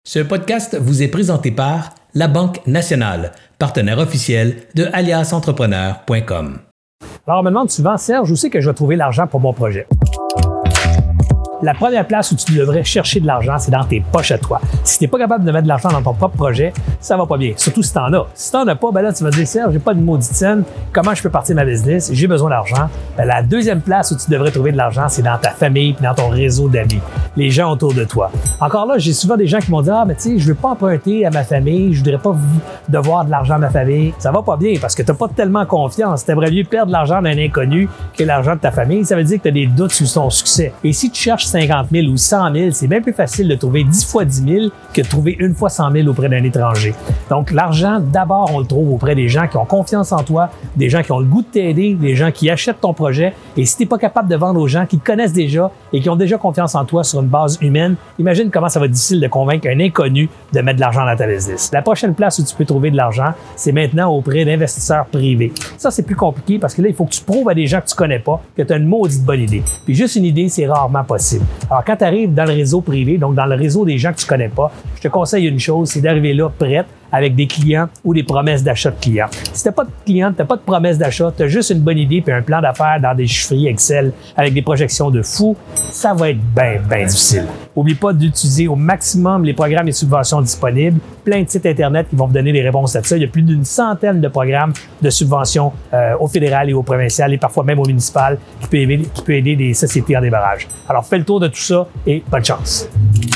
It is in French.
Ce podcast vous est présenté par La Banque Nationale, partenaire officiel de aliasentrepreneur.com. Alors, on me demande souvent, Serge, où c'est que je vais trouver l'argent pour mon projet? La première place où tu devrais chercher de l'argent, c'est dans tes poches à toi. Si tu n'es pas capable de mettre de l'argent dans ton propre projet, ça va pas bien. Surtout si tu en as. Si tu n'en as pas, ben là, tu vas te dire, Serge, j'ai pas de maudite scène. Comment je peux partir ma business? J'ai besoin d'argent. Ben, la deuxième place où tu devrais trouver de l'argent, c'est dans ta famille et dans ton réseau d'amis. Les gens autour de toi. Encore là, j'ai souvent des gens qui m'ont dit, mais tu sais, je veux pas emprunter à ma famille. Je voudrais pas devoir de l'argent à ma famille. Ça va pas bien parce que tu n'as pas tellement confiance. Tu aimerais mieux perdre l'argent d'un inconnu que l'argent de ta famille. Ça veut dire que tu as des doutes sur son succès. Et si tu cherches 50 000 ou 100 000, c'est bien plus facile de trouver 10 fois 10 000 que de trouver une fois 100 000 auprès d'un étranger. Donc, l'argent, d'abord, on le trouve auprès des gens qui ont confiance en toi, des gens qui ont le goût de t'aider, des gens qui achètent ton projet. Et si tu n'es pas capable de vendre aux gens qui te connaissent déjà et qui ont déjà confiance en toi sur une base humaine, imagine comment ça va être difficile de convaincre un inconnu de mettre de l'argent dans ta business. La prochaine place où tu peux trouver de l'argent, c'est maintenant auprès d'investisseurs privés. Ça, c'est plus compliqué parce que là, il faut que tu prouves à des gens que tu connais pas que tu as une maudite bonne idée. Puis juste une idée, c'est rarement possible. Alors, quand tu arrives dans le réseau privé, donc dans le réseau des gens que tu connais pas, je te conseille une chose, c'est d'arriver là prête avec des clients ou des promesses d'achat de clients. Si tu n'as pas de clients, tu n'as pas de promesses d'achat, tu as juste une bonne idée puis un plan d'affaires dans des chiffriers Excel avec des projections de fou, ça va être bien difficile. N'oublie pas d'utiliser au maximum les programmes et subventions disponibles. Plein de sites Internet qui vont vous donner des réponses à ça. Il y a plus d'une centaine de programmes de subventions au fédéral et au provincial et parfois même au municipal qui peut aider des sociétés en démarrage. Alors, fais le tour de tout ça et bonne chance.